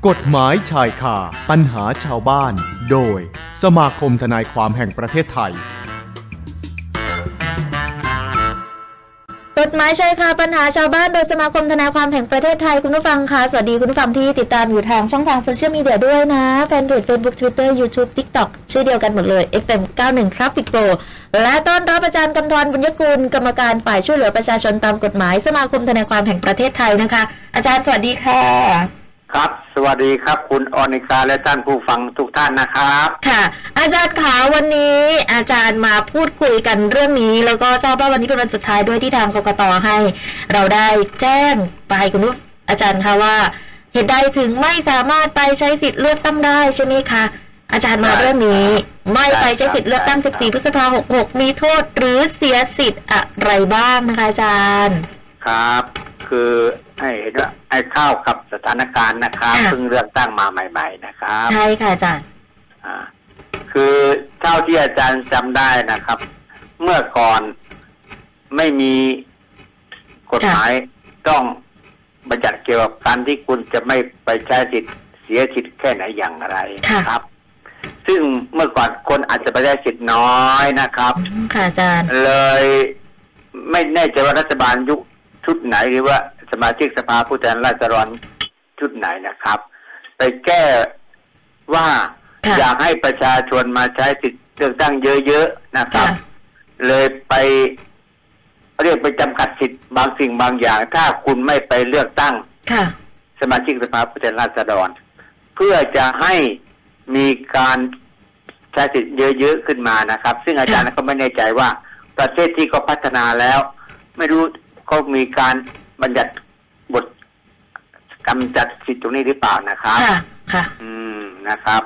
กฎหมายชายคาปัญหาชาวบ้านโดยสมาคมทนายความแห่งประเทศไทยกฎหมายชายคาปัญหาชาวบ้านโดยสมาคมทนายความแห่งประเทศไทยคุณผู้ฟังค่ะสวัสดีคุณผู้ฟังที่ติดตามอยู่ทางช่องทางโซเชียลมีเดียด้วยนะแฟนเพจ Facebook Twitter YouTube TikTok ชื่อเดียวกันหมดเลย FM 91 Traffic Pro และต้อนรับอาจารย์กำธรบุญยกุลกรรมการฝ่ายช่วยเหลือประชาชนตามกฎหมายสมาคมทนายความแห่งประเทศไทยนะคะอาจารย์สวัสดีค่ะครับสวัสดีครับคุณอนิกาและท่านผู้ฟังทุกท่านนะครับค่ะอาจารย์ขาวันนี้อาจารย์มาพูดคุยกันเรื่องนี้แล้วก็ทราบว่าวันนี้เป็นวันสุดท้ายด้วยที่ทางกกต.ให้เราได้แจ้งไปคุณผู้อาจารย์คะว่าเหตุใดถึงไม่สามารถไปใช้สิทธิ์เลือกตั้งได้ใช่ไหมคะอาจารย์มาเรื่องนี้ไม่ไปใช้สิทธิ์เลือกตั้ง14 พฤษภาคม 66มีโทษหรือเสียสิทธิ์อะไรบ้างนะคะอาจารย์ครับคือให้เข้ากับสถานการณ์นะครับเพิ่งเลือกตั้งมาใหม่ๆนะครับใช่ค่ะอาจารย์คือเท่าที่อาจารย์จำได้นะครับเมื่อก่อนไม่มีกฎหมายต้องบัญญัติเกี่ยวกับการที่คุณจะไม่ไปใช้สิทธิ์เสียสิทธิ์แค่ไหนอย่างไรครับซึ่งเมื่อก่อนคนอาจจะไปได้สิทธิ์น้อยนะครับค่ะอาจารย์เลยไม่แน่ใจว่ารัฐบาลยุคชุดไหนหรือว่าสมาชิกสภาผู้แทนราษฎรชุดไหนนะครับไปแก้ว่าอยากให้ประชาชนมาใช้สิทธิ์เลือกตั้งเยอะๆนะครับเลยไปเรียกไปจำกัดสิทธิ์บางสิ่งบางอย่างถ้าคุณไม่ไปเลือกตั้งสมาชิกสภาผู้แทนราษฎรเพื่อจะให้มีการใช้สิทธิ์เยอะๆขึ้นมานะครับซึ่งอาจารย์ก็ไม่แน่ใจว่าประเทศที่เขาพัฒนาแล้วไม่รู้เขามีการบัญญัติบทกำจัดสิทธิ์ตรงนี้หรือเปล่านะครับค่ะนะครับ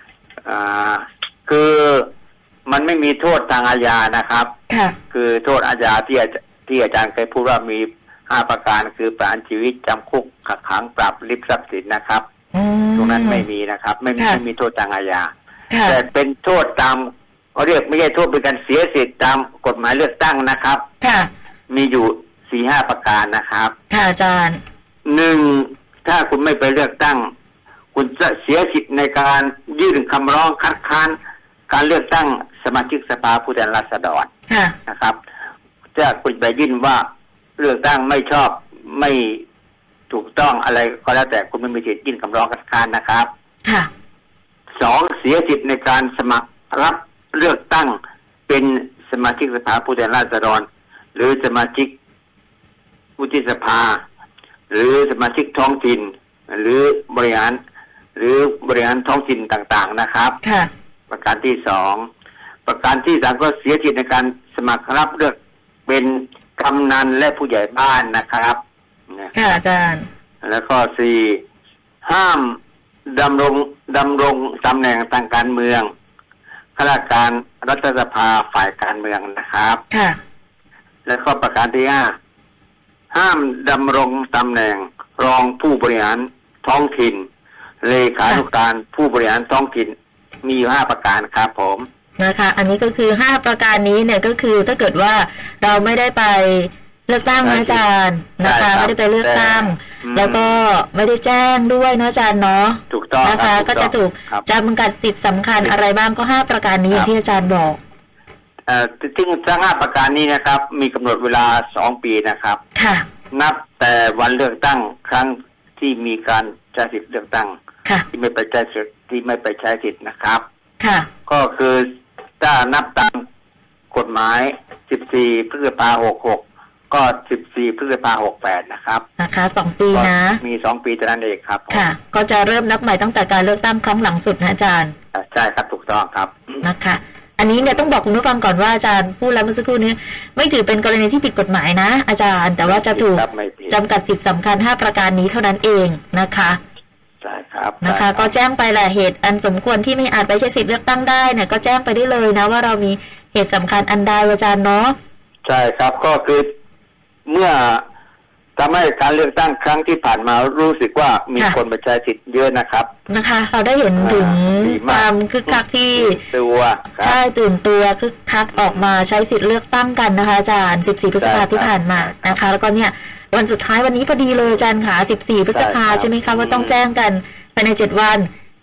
คือมันไม่มีโทษทางอาญานะครับคือโทษอาญาที่อาจารย์เคยพูดว่ามี5ประการคือประหารชีวิตจำคุกกักขังปรับริบทรัพย์สินนะครับตรงนั้นไม่มีนะครับไม่มีโทษทางอาญาแต่เป็นโทษตามเขาเรียกไม่ใช่โทษเป็นการเสียสิทธิ์ตามกฎหมายเลือกตั้งนะครับมีอยู่ 4-5 ประการนะครับค่ะอาจารย์ 1. ถ้าคุณไม่ไปเลือกตั้งคุณจะเสียสิทธิ์ในการยื่นคำร้องคัดค้านการเลือกตั้งสมาชิกสภาผู้แทนราษฎรนะครับจะคุณไปยื่นว่าเลือกตั้งไม่ชอบไม่ถูกต้องอะไรก็แล้วแต่คุณไม่มีสิทธิ์ยื่นคำร้องคัดค้านนะครับ 2. เสียสิทธิ์ในการสมัครรับเลือกตั้งเป็นสมาชิกสภาผู้แทนราษฎรหรือสมาชิกวุฒิสภาหรือสมาชิกท้องถิ่นหรือบริหารท้องถิ่นต่างๆนะครับประการที่ 2ประการที่ 3ก็เสียสิทธิ์ในการสมัครรับเลือกเป็นกำนันและผู้ใหญ่บ้านนะครับค่ะอาจารย์แล้วก็ 4ห้ามดำรงตำแหน่งทางการเมืองข้าราชการรัฐสภาฝ่ายการเมืองนะครับค่ะและข้อประการที่ 5ห้ามดำรงตำแหน่งรองผู้บริหารท้องถิ่นเลขานุการผู้บริหารท้องถิ่นมีอยู่5ประการครับผมนะคะอันนี้ก็คือ5ประการนี้เนี่ยก็คือถ้าเกิดว่าเราไม่ได้ไปเลือกตั้งนะอาจารย์นะคะไม่ได้ไปเลือกตั้งแล้วก็ไม่ได้แจ้งด้วยนะอาจารย์เนาะถูกต้องนะคะก็จะถูกจำกัดสิทธิ์สำคัญอะไรบ้างก็5ประการนี้อย่างที่อาจารย์บอกซึ่งทั้ง5ประการนี้นะครับมีกำหนดเวลา2ปีนะครับค่ะนับแต่วันเลือกตั้งครั้งที่มีการใช้สิทธิ์เลือกตั้งที่ไม่ไปใช้สิทธิ์นะครับค่ะก็คือถ้านับตามกฎหมาย14 พฤษภาคม 66ก็14 พฤษภาคม 68นะครับนะคะ2ปีนะมี2ปีเท่านั้นเองครับค่ะก็จะเริ่มนับใหม่ตั้งแต่การเลือกตั้งครั้งหลังสุดนะอาจารย์ใช่ครับถูกต้องครับนะคะอันนี้เนี่ยต้องบอกคุณผู้ฟังก่อนว่าอาจารย์พูดแล้วเมื่อสักครู่นี้ไม่ถือเป็นกรณีที่ผิดกฎหมายนะอาจารย์แต่ว่าจะถูกจำกัดสิทธิสำคัญ5ประการนี้เท่านั้นเองนะคะใช่ครับนะคะก็แจ้งไปแหละเหตุอันสมควรที่ไม่อาจไปใช้สิทธิเลือกตั้งได้เนี่ยก็แจ้งไปได้เลยนะว่าเรามีเหตุสำคัญอันใดอาจารย์เนาะใช่ครับก็คือเมื่อทำให้การเลือกตั้งครั้งที่ผ่านมารู้สึกว่ามีคนไปใช้สิทธิ์เยอะนะครับเราได้เห็นถึงความคึกคักที่ใช่ตื่นตัวคึกคักออกมาใช้สิทธิ์เลือกตั้งกันนะคะอาจารย์14 พฤษภาคมที่ผ่านมานะคะแล้วก็เนี่ยวันสุดท้ายวันนี้พอดีเลยอาจารย์ค่ะ14 พฤษภาคมใช่ไหมคะว่าต้องแจ้งกันภายใน7 วัน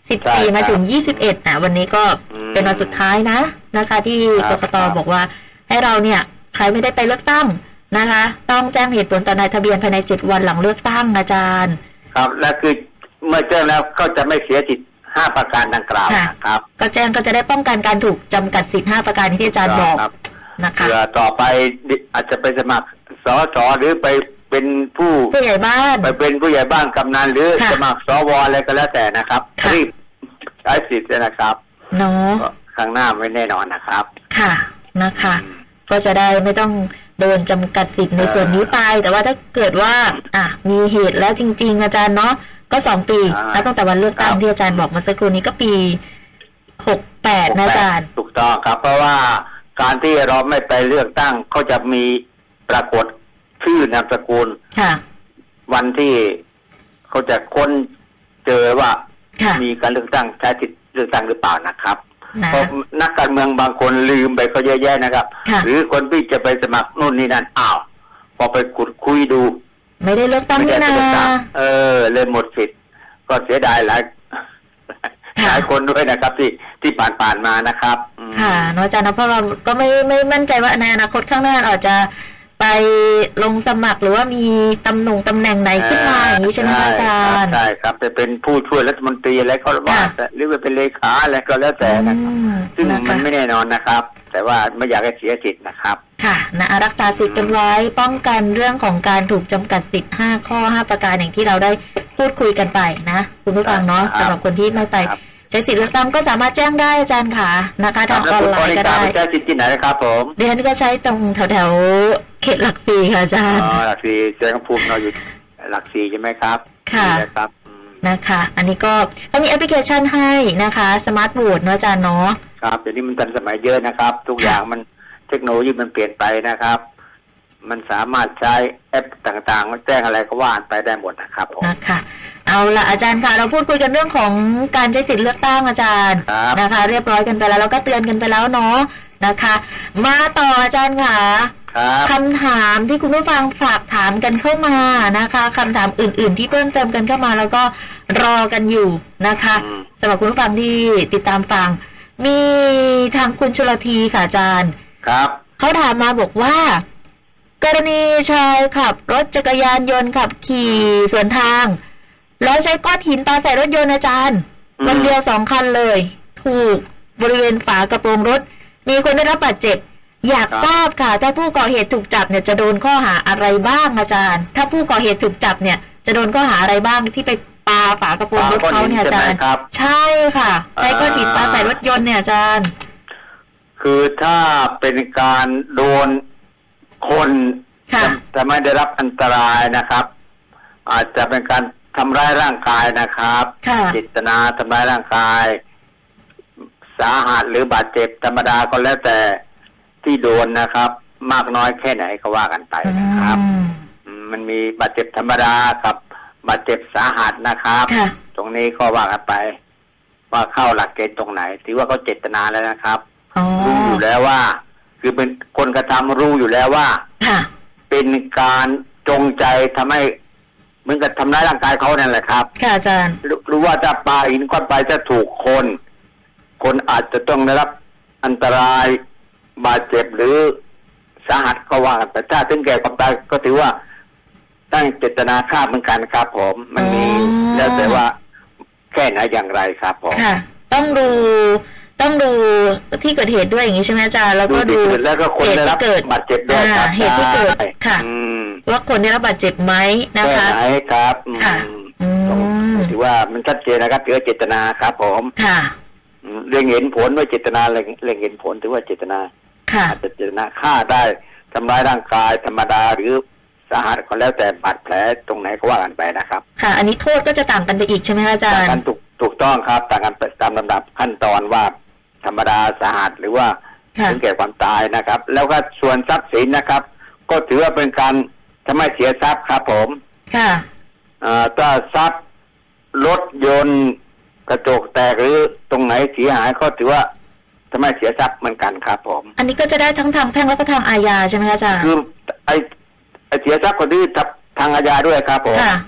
14มาถึง21วันนี้ก็เป็นวันสุดท้ายนะคะที่กกต.บอกว่าให้เราเนี่ยใครไม่ได้ไปเลือกตั้งนะคะต้องแจ้งเหตุผลต่อนายทะเบียนภายใน7 วันหลังเลือกตั้งอาจารย์ครับและคือเมื่อแจ้งแล้วก็จะไม่เสียสิทธิ์5ประการดังกล่าวนะครับก็แจ้งก็จะได้ป้องกันการถูกจำกัดสิทธิ์5ประการที่อาจารย์บอกนะคะเพื่อต่อไปอาจจะไปสมัครสสหรือไปเป็นผู้ใหญ่บ้านไปเป็นผู้ใหญ่บ้านกำนันหรือสมัครสวอะไรก็แล้วแต่นะครับรีบใช้สิทธิ์นะครับเนาะข้างหน้าไม่แน่นอนนะครับค่ะนะคะก็จะได้ไม่ต้องโดนจำกัดสิทธิ์ในส่วนนี้ไปแต่ว่าถ้าเกิดว่ามีเหตุแล้วจริงๆอาจารย์เนาะก็2 ปีแล้วตั้งแต่วันเลือกตั้งที่อาจารย์บอกมาสักครู่นี้ก็ปี68นะอาจารย์ถูกต้องครับเพราะว่าการที่เราไม่ไปเลือกตั้งก็จะมีปรากฏชื่อนามสกุลวันที่เขาจะค้นเจอว่ามีการเลือกตั้งใช้สิทธิ์เลือกตั้งหรือเปล่านะครับเพราะนักการเมืองบางคนลืมไปก็เยอะแยะนะครับหรือคนที่จะไปสมัครนู่นนี่นั่นพอไปขุดคุยดูไม่ได้เลือกตั้งนี่นะเลยหมดสิทธิ์ก็เสียดายหลายคนด้วยนะครับที่ผ่านมานะครับค่ะอาจารย์นะเพราะเราก็ไม่มั่นใจว่าในอนาคตข้างหน้าอาจจะไปลงสมัครหรือว่ามีตำแหน่งไหนขึ้นมาอย่างนี้ใช่ไหมอาจารย์ใช่ครับจะเป็นผู้ช่วยรัฐมนตรีอะไรก็ว่าหรือว่าเป็นเลขาอะไรก็แล้วแต่นะครับซึ่งมันไม่แน่นอนนะครับแต่ว่าไม่อยากให้เสียสิทธิ์นะครับค่ะรักษาสิทธิ์กันไว้ป้องกันเรื่องของการถูกจำกัดสิทธิ์5 ข้อ 5 ประการอย่างที่เราได้พูดคุยกันไปนะคุณผู้ฟังเนาะสำหรับคนที่ไม่ไปใช้สิทธิ์เลือกตั้งก็สามารถแจ้งได้อาจารย์ค่ะนะคะทางออนไลน์ก็ได้ใช้สิทธิ์ที่ไหนนะครับผมเดือนก็ใช้ตรงแถวเขตหลัก4ค่ะอาจารย์หลัก4เชียงภูมิเราอยู่หลัก4ใช่ไหมครับค่ะครับนะคะอันนี้ก็มีแอปพลิเคชันให้นะคะสมาร์ทโหวตเนาะอาจารย์เนาะครับเดี๋ยวนี้มันทันสมัยเยอะนะครับทุกอย่างมันเทคโนโลยีมันเปลี่ยนไปนะครับมันสามารถใช้แอปต่างๆแจ้งอะไรก็ว่าไปได้หมดนะครับผมนะคะเอาละอาจารย์ค่ะเราพูดคุยกันเรื่องของการใช้สิทธิ์เลือกตั้งอาจารย์นะคะเรียบร้อยกันไปแล้วแล้วก็เตือนกันไปแล้วเนาะนะคะมาต่ออาจารย์ค่ะคำถามที่คุณผู้ฟังฝากถามกันเข้ามานะคะคำถามอื่นๆที่เพิ่มเติมกันเข้ามาแล้วก็รอกันอยู่นะคะสำหรับคุณผู้ฟังที่ติดตามฟังมีทางคุณชลธีค่ะอาจารย์ครับเขาถามมาบอกว่ากรณีชายขับรถจักรยานยนต์ขับขี่สวนทางแล้วใช้ก้อนหินปาใส่รถยนต์อาจารย์วันเดียว2 คันเลยถูกบริเวณฝากระโปรงรถมีคนได้รับบาดเจ็บอยากทราบค่ะถ้าผู้ก่อเหตุถูกจับเนี่ยจะโดนข้อหาอะไรบ้างอาจารย์ถ้าผู้ก่อเหตุถูกจับเนี่ยจะโดนข้อหาอะไรบ้างที่ไปปาฝากระโปรงรถเขาเนี่ยอาจารย์ใช่ค่ะใช้ก้อนหินปาใส่รถยนต์เนี่ยอาจารย์คือถ้าเป็นการโดนคนจะไม่ได้รับอันตรายนะครับอาจจะเป็นการทำร้ายร่างกายนะครับเจตนาทำร้ายร่างกายสาหัสหรือบาดเจ็บธรรมดาก็แล้วแต่ที่โดนนะครับมากน้อยแค่ไหนก็ว่ากันไปนะครับมันมีบาดเจ็บธรรมดากับบาดเจ็บสาหัสนะครับตรงนี้ก็ว่ากันไปว่าเข้าหลักเกณฑ์ตรงไหนถือว่าเขาเจตนาแล้วนะครับรู้อยู่แล้วว่าคือเป็นคนกระทำรู้อยู่แล้วว่าเป็นการจงใจทำให้เหมือนกับทำร้ายร่างกายเขานั่นแหละครับค่ะอาจารย์รู้ว่าจะปาหินก้อนไปจะถูกคนอาจจะต้องได้รับอันตรายบาดเจ็บหรือสาหัสก็ว่ากันแต่ถ้าถึงแก่ความตายก็ถือว่าตั้งเจตนาฆ่าเหมือนกันครับผมมันมีแล้วแต่ว่าแค่ไหนอย่างไรครับผมค่ะต้องดูที่เกิดเหตุด้วยอย่างนี้ใช่ไหมอาจารย์แล้วก็ดูเหตุที่เกิดบาดเจ็บด้วยเหตุที่เกิดค่ะว่าคนได้รับบาดเจ็บไหมนะคะไหนครับค่ะถือว่ามันชัดเจนนะครับถือเจตนาครับผมค่ะเรื่องเห็นผลว่าเจตนาเรื่องเห็นผลถือว่าเจตนาอาจจะเจตนาฆ่าได้ทำร้ายร่างกายธรรมดาหรือสาหัสก็แล้วแต่บาดแผลตรงไหนก็ว่ากันไปนะครับค่ะอันนี้โทษก็จะต่างกันไปอีกใช่ไหมอาจารย์ต่างกันถูกต้องครับต่างกันตามลำดับขั้นตอนว่าธรรมดาสาหัสหรือว่าถึงแก่ความตายนะครับแล้วก็ส่วนทรัพย์สินนะครับก็ถือว่าเป็นการทำให้เสียทรัพย์ครับผมค่ะถ้าทรัพย์รถยนต์กระจกแตกหรือตรงไหนเสียหายก็ถือว่าทำให้เสียทรัพย์เหมือนกันครับผมอันนี้ก็จะได้ทั้งทางแพ่งแล้วก็ทางอาญาใช่ไหมอาจารย์คือไอเสียทรัพย์ก็ที่ทางอาญาด้วยครับผม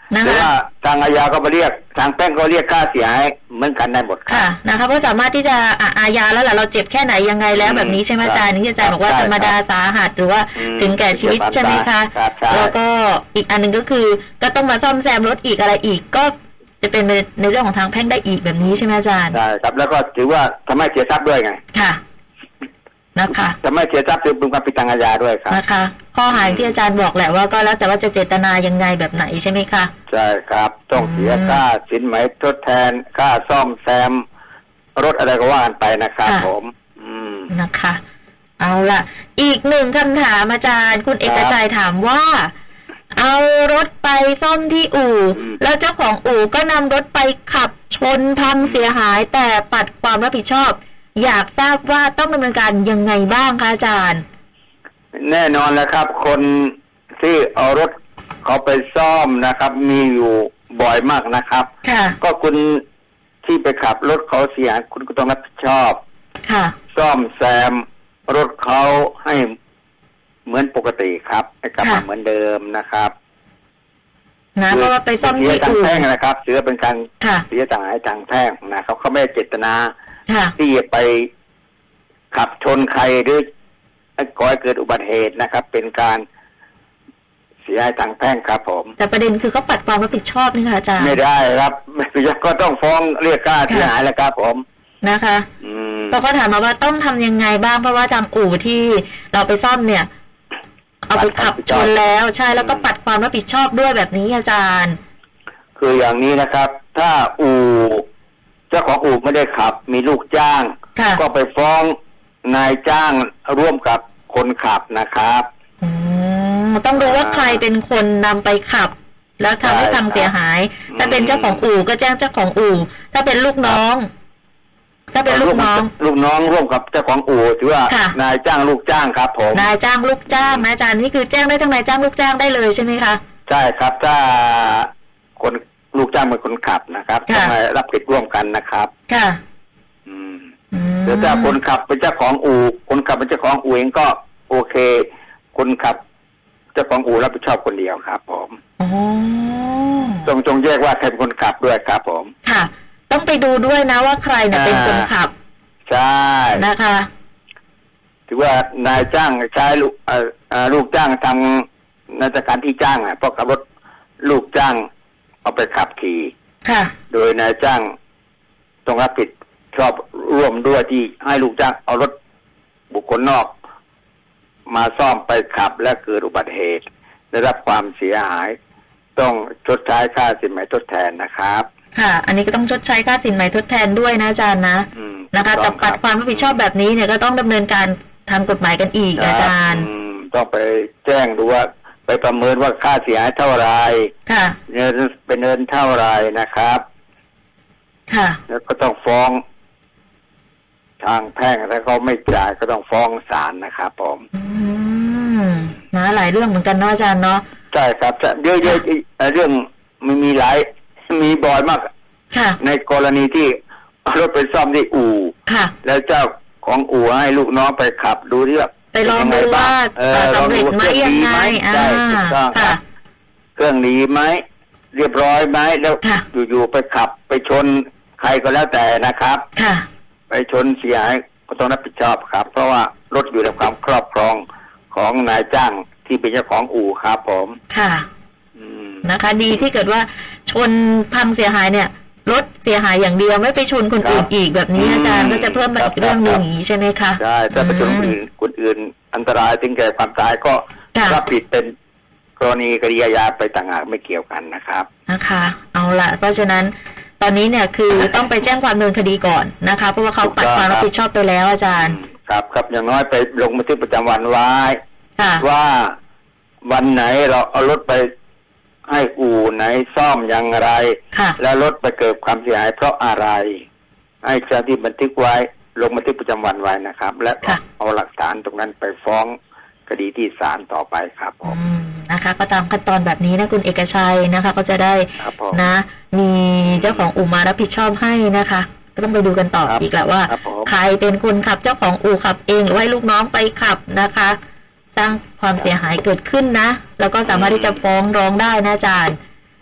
หรือว่าทางอาญาก็มาเรียกทางแพ่งก็เรียกค่าเสียหายเหมือนกันได้หมดค่ะนะคะเพราะสามารถที่จะอาญาแล้วแหละเราเจ็บแค่ไหนยังไงแล้วแบบนี้ใช่ไหมอาจารย์นี่อาจารย์บอกว่าธรรมดาสาหัสหรือว่าถึงแก่ชีวิตใช่ไหมคะแล้วก็อีกอันหนึ่งก็คือก็ต้องมาซ่อมแซมรถอีกอะไรอีกก็จะเป็นในเรื่องของทางแพ่งได้อีกแบบนี้ใช่ไหมอาจารย์ใช่ครับแล้วก็ถือว่าทำให้เสียทรัพย์ด้วยไงค่ะนะคะทำให้เสียทรัพย์เป็นความผิดทางอาญาด้วยครับนะคะข้อหาที่อาจารย์บอกแหละว่าก็แล้วแต่ว่าจะเจตนายังไงแบบไหนใช่ไหมคะใช่ครับต้องเสียค่าสินไหมทดแทนค่าซ่อมแซมรถอะไรก็ว่ากันไปนะครับผมนะคะเอาล่ะอีกหนึ่งคำถามอาจารย์คุณเอกชัยถามว่าเอารถไปซ่อมที่อู่แล้วเจ้าของอู่ก็นำรถไปขับชนพังเสียหายแต่ปัดความรับผิดชอบอยากทราบว่าต้องดำเนินการยังไงบ้างคะอาจารย์แน่นอนแล้วครับคนที่เอารถเขาไปซ่อมนะครับมีอยู่บ่อยมากนะครับก็คุณที่ไปขับรถเขาเสียคุณก็ต้องรับผิดชอบซ่อมแซมรถเขาให้เหมือนปกติครับให้กลับมาเหมือนเดิมนะครับนะเพราะว่าไปซ่อมที่อู่แพ่งนะครับถือเป็นการเสียจ่ายทางแพ่งนะครับเขาไม่ได้เจตนาที่จะไปขับชนใครหรือก่อให้เกิดอุบัติเหตุนะครับเป็นการเสียทางแพ่งครับผมแต่ประเด็นคือเขาปัดความรับผิดชอบนี่ค่ะอาจารย์ไม่ได้ครับก็ต้องฟ้องเรียกค่าเสียหายแล้วครับผมนะคะเราก็ถามมาว่าต้องทำยังไงบ้างเพราะว่าทางอู่ที่เราไปซ่อมเนี่ยเอาไปขับชนแล้วใช่แล้วก็ปัดความรับผิดชอบด้วยแบบนี้อาจารย์คืออย่างนี้นะครับถ้าอู่เจ้าของอู่ไม่ได้ขับมีลูกจ้างก็ไปฟ้องนายจ้างร่วมกับคนขับนะครับต้องดูว่าใครเป็นคนนำไปขับแล้วทำให้พังเสียหายถ้าเป็นเจ้าของอู่ก็แจ้งเจ้าของอู่ถ้าเป็นลูกน้องถ้าเป็นลูกน้องร่วมกับเจ้าของอู่ถือว่านายจ้างลูกจ้างครับผมนายจ้างลูกจ้างนะอาจารย์นี่คือแจ้งได้ทั้งนายจ้างลูกจ้างได้เลยใช่ไหมคะใช่ครับถ้าคนลูกจ้างเป็นคนขับนะครับต้องรับผิดร่วมกันนะครับค่ะแต่ถ้าคนขับเป็นเจ้าของอู่คนขับเป็นเจ้าของอู่เองก็โอเคคนขับเจ้าของอู่รับผิดชอบคนเดียวครับผมจงแยกว่าใครเป็นคนขับด้วยครับผมค่ะต้องไปดูด้วยนะว่าใครเนี่ยเป็นคนขับใช่นะคะถือว่านายจ้างใช้ลูกจ้างทำราชการที่จ้างเพราะขับรถลูกจ้างเอาไปขับขี่โดยนายจ้างต้องรับผิดชอบร่วมด้วยที่ให้ลูกจ้างเอารถบุคคลนอกมาซ่อมไปขับและเกิดอุบัติเหตุได้รับความเสียหายต้องชดใช้ค่าสินไหมทดแทนนะครับค่ะอันนี้ก็ต้องชดใช้ค่าสินไหมทดแทนด้วยนะอาจารย์นะนะคะแต่ปัดความรับผิดชอบแบบนี้เนี่ยก็ต้องดำเนินการทางกฎหมายกันอีกอาจารย์ต้องไปแจ้งดูว่าไปประเมินว่าค่าเสียหายเท่าไรค่ะเงินเป็นเงินเท่าไรนะครับค่ะแล้วก็ต้องฟ้องทางแพ่งถ้าเขาไม่จ่ายก็ต้องฟ้องศาลนะครับผมนะหลายเรื่องเหมือนกันเนาะอาจารย์เนาะใช่ครับเยอะๆเรื่องมีหลายมีบ่อยมากในกรณีที่รถไปซ่อมที่อู่แล้วเจ้าของอู่ให้ลูกน้องไปขับดูที่ว่าไปลองดูว่าสำเร็จไหมยังไงใช่ถูกต้องครับเครื่องดีไหมเรียบร้อยไหมแล้วอยู่ๆไปขับไปชนใครก็แล้วแต่นะครับไปชนเสียหายก็ต้องรับผิดชอบครับเพราะว่ารถอยู่ในความครอบครองของนายจ้างที่เป็นเจ้าของอู่ครับผมค่ะนะคะดีที่เกิดว่าชนพังเสียหายเนี่ยรถเสียหายอย่างเดียวไม่ไปชนคนอื่นอีกแบบนี้อาจารย์ก็จะเพิ่มมาอีกเรื่องนึงอย่างนี้ใช่ไหมคะใช่ถ้าไปชนคนอื่นอันตรายถึงแก่ความตายก็รับผิดเป็นกรณีคดีอาญาไปต่างหากไม่เกี่ยวกันนะครับนะคะเอาละเพราะฉะนั้นตอนนี้เนี่ยคือต้องไปแจ้งความดำเนินคดีก่อนนะคะเพราะว่าเขาปัดความรับผิดชอบไปแล้วอาจารย์ครับอย่างน้อยไปลงบันทึกประจำวันไว้ว่าวันไหนเราเอารถไปให้อู่ไหนซ่อมอย่างไรแล้วรถไปเกิดความเสียหายเพราะอะไรให้เจ้าที่บันทึกไว้ลงบันทึกประจำวันไว้นะครับและเอาหลักฐานตรงนั้นไปฟ้องคดีที่ศาลต่อไปครับผมนะคะก็ตามขั้นตอนแบบนี้นะคุณเอกชัยนะคะก็จะได้นะมีเจ้าของอู่มารับผิดชอบให้นะคะก็ต้องไปดูกันต่ออีกแหละว่าใครเป็นคนขับเจ้าของอู่ขับเองหรือให้ลูกน้องไปขับนะคะสร้างความเสียหายเกิดขึ้นนะแล้วก็สามารถที่จะฟ้องร้องได้นะอาจารย์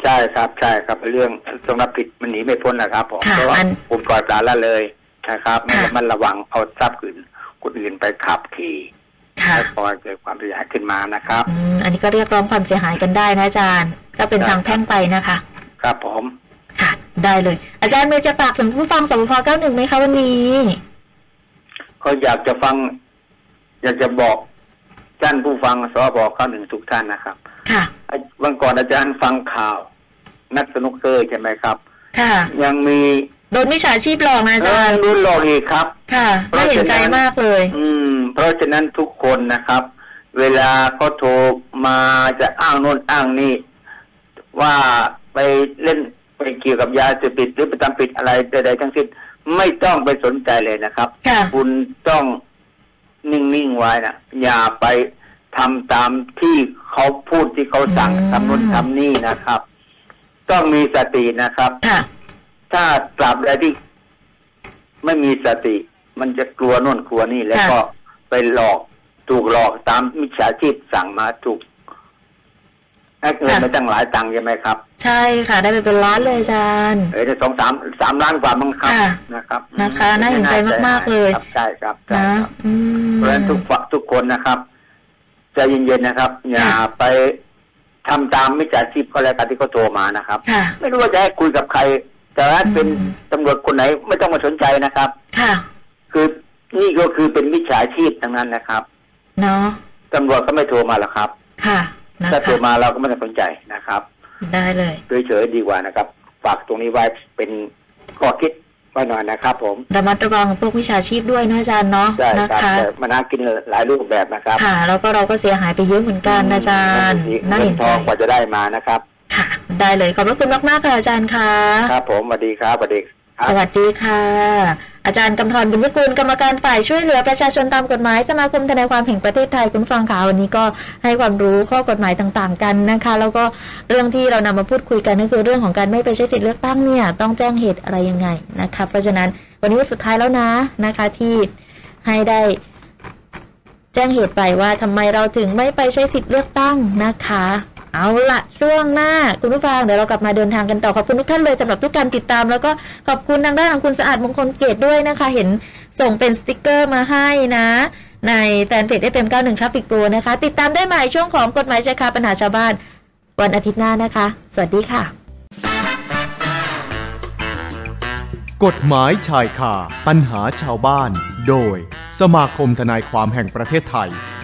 ใช่ครับเรื่องต้องรับผิดมันหนีไม่พ้นนะครับผมเพราะว่าผมปล่อยปละละเลยนะครับมันระวังเอาทรัพย์คนอื่นไปขับขี่แล้วพอเกิดความเสียหายขึ้นมานะครับอันนี้ก็เรียกร้องความเสียหายกันได้นะอาจารย์ก็เป็นทางแพ่งไปนะคะครับผมค่ะได้เลยอาจารย์มีจะฝากถึงผู้ฟังสปภ91ไหมคะวันนี้ก็อยากจะบอกท่านผู้ฟังสปภ91ทุกท่านนะครับค่ะวันก่อนอาจารย์ฟังข่าวนักสนุกเกอร์ใช่ไหมครับค่ะยังมีโดนมิจฉาชีพหลอกนะอาจารย์โดนหลอกอีกครับค่ะน่าเห็นใจมากเลยเพราะฉะนั้นทุกคนนะครับเวลาเขาโทรมาจะอ้างโน่นอ้างนี่ว่าไปเล่นไปเกี่ยวกับยาเสพติดหรือไปทำผิดอะไรใดๆทั้งสิ้นไม่ต้องไปสนใจเลยนะครับคุณต้องนิ่งๆไว้นะอย่าไปทำตามที่เขาพูดที่เขาสั่งทำโน่นทำนี่นะครับต้องมีสตินะครับถ้าตราบใดที่ไม่มีสติมันจะกลัวโน่นกลัวนี่แล้วก็ไปถูกหลอกตามมิจฉาชีพสั่งมาถูกให้เงินไปตั้งหลายตังค์ใช่ไหมครับใช่ค่ะได้ไปเป็นล้านเลยอาจารย์ได้2-3 ล้านกว่ามั้งครับนะครับน่าเห็นใจมากๆเลยใช่ครับเพราะฉะนั้นทุกคนนะครับใจเย็นๆนะครับอย่าไปทำตามมิจฉาชีพก็แล้วกันที่เขาโทรมานะครับไม่รู้ว่าจะให้คุยกับใครแต่ถ้าเป็นตำรวจคนไหนไม่ต้องมาสนใจนะครับคือนี่ก็คือเป็นมิจฉาชีพทั้งนั้นนะครับเนาะตำรวจก็ไม่โทรมาหรอกครับค่ะถ้าโทรมาเราก็ไม่ต้องสนใจนะครับได้เลยเฉยๆดีกว่านะครับฝากตรงนี้ไว้เป็นข้อคิดไว้หน่อยนะครับผมระมัดระวังพวกมิจฉาชีพด้วยนะอาจารย์เนาะนะคะมันน่ากินหลายรูปแบบนะครับค่ะแล้วก็เราก็เสียหายไปเยอะเหมือนกันอาจารย์น่าเห็นใจกว่าจะได้มานะครับค่ะได้เลยขอบพระคุณมากๆค่ะอาจารย์ค่ะครับผมสวัสดีครับสวัสดีค่ะอาจารย์กำธร บุญวิกุลกรรมการฝ่ายช่วยเหลือประชาชนตามกฎหมายสมาคมทนายความแห่งประเทศไทยคุณฟังข่าววันนี้ก็ให้ความรู้ข้อกฎหมายต่างๆกันนะคะแล้วก็เรื่องที่เรานำมาพูดคุยกันก็คือเรื่องของการไม่ไปใช้สิทธิเลือกตั้งเนี่ยต้องแจ้งเหตุอะไรยังไงนะคะเพราะฉะนั้นวันนี้วันสุดท้ายแล้วนะคะที่ให้ได้แจ้งเหตุไปว่าทำไมเราถึงไม่ไปใช้สิทธิเลือกตั้งนะคะเอาละช่วงหน้าคุณผู้ฟังเดี๋ยวเรากลับมาเดินทางกันต่อขอบคุณทุกท่านเลยสำหรับทุกการติดตามแล้วก็ขอบคุณทางด้านของคุณสะอาดมงคลเกตด้วยนะคะเห็นส่งเป็นสติ๊กเกอร์มาให้นะในแฟนเพจ FM91 Traffic Pro นะคะติดตามได้ใหม่ช่วงของกฎหมายชายคาปัญหาชาวบ้านวันอาทิตย์หน้านะคะสวัสดีค่ะกฎหมายชายคาปัญหาชาวบ้านโดยสมาคมทนายความแห่งประเทศไทย